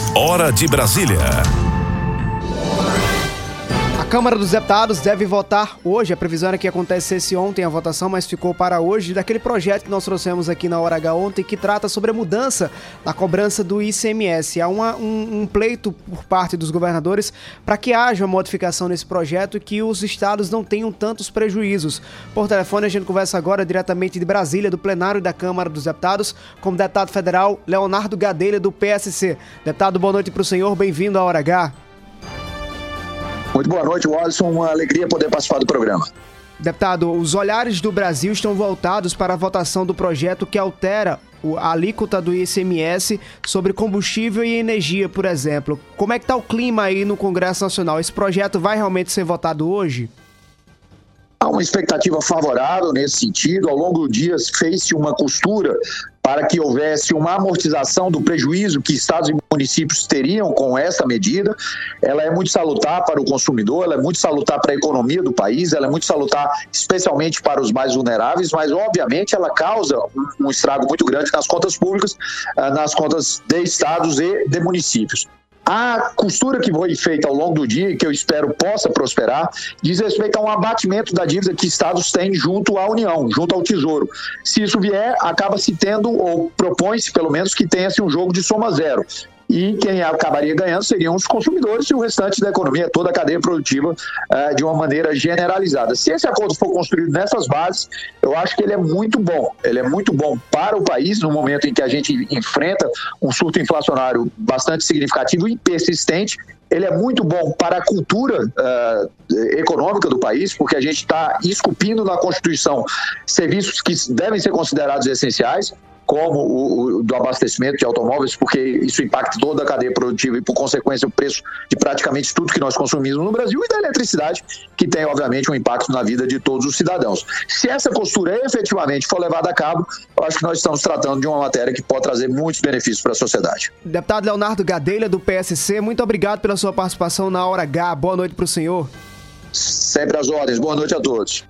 Hora de Brasília. A Câmara dos Deputados deve votar hoje. A previsão era que acontecesse ontem a votação, mas ficou para hoje, daquele projeto que nós trouxemos aqui na Hora H ontem, que trata sobre a mudança na cobrança do ICMS. Há um pleito por parte dos governadores para que haja uma modificação nesse projeto e que os estados não tenham tantos prejuízos. Por telefone, a gente conversa agora diretamente de Brasília, do plenário da Câmara dos Deputados, com o deputado federal Leonardo Gadelha, do PSC. Deputado, boa noite para o senhor, bem-vindo à Hora H. Muito boa noite, Wallace. Uma alegria poder participar do programa. Deputado, os olhares do Brasil estão voltados para a votação do projeto que altera a alíquota do ICMS sobre combustível e energia, por exemplo. Como é que está o clima aí no Congresso Nacional? Esse projeto vai realmente ser votado hoje? Há uma expectativa favorável nesse sentido. Ao longo do dia fez-se uma costura para que houvesse uma amortização do prejuízo que estados e municípios teriam com essa medida. Ela é muito salutar para o consumidor, ela é muito salutar para a economia do país, ela é muito salutar especialmente para os mais vulneráveis, mas obviamente ela causa um estrago muito grande nas contas públicas, nas contas de estados e de municípios. A costura que foi feita ao longo do dia, que eu espero possa prosperar, diz respeito a um abatimento da dívida que estados têm junto à União, junto ao Tesouro. Se isso vier, acaba-se tendo, ou propõe-se pelo menos, que tenha-se um jogo de soma zero. E quem acabaria ganhando seriam os consumidores e o restante da economia, toda a cadeia produtiva, de uma maneira generalizada. Se esse acordo for construído nessas bases, eu acho que ele é muito bom. Ele é muito bom para o país, no momento em que a gente enfrenta um surto inflacionário bastante significativo e persistente. Ele é muito bom para a cultura econômica do país, porque a gente está esculpindo na Constituição serviços que devem ser considerados essenciais, como o do abastecimento de automóveis, porque isso impacta toda a cadeia produtiva e, por consequência, o preço de praticamente tudo que nós consumimos no Brasil, e da eletricidade, que tem, obviamente, um impacto na vida de todos os cidadãos. Se essa postura efetivamente for levada a cabo, eu acho que nós estamos tratando de uma matéria que pode trazer muitos benefícios para a sociedade. Deputado Leonardo Gadelha, do PSC, muito obrigado pela sua participação na Hora H. Boa noite para o senhor. Sempre às ordens. Boa noite a todos.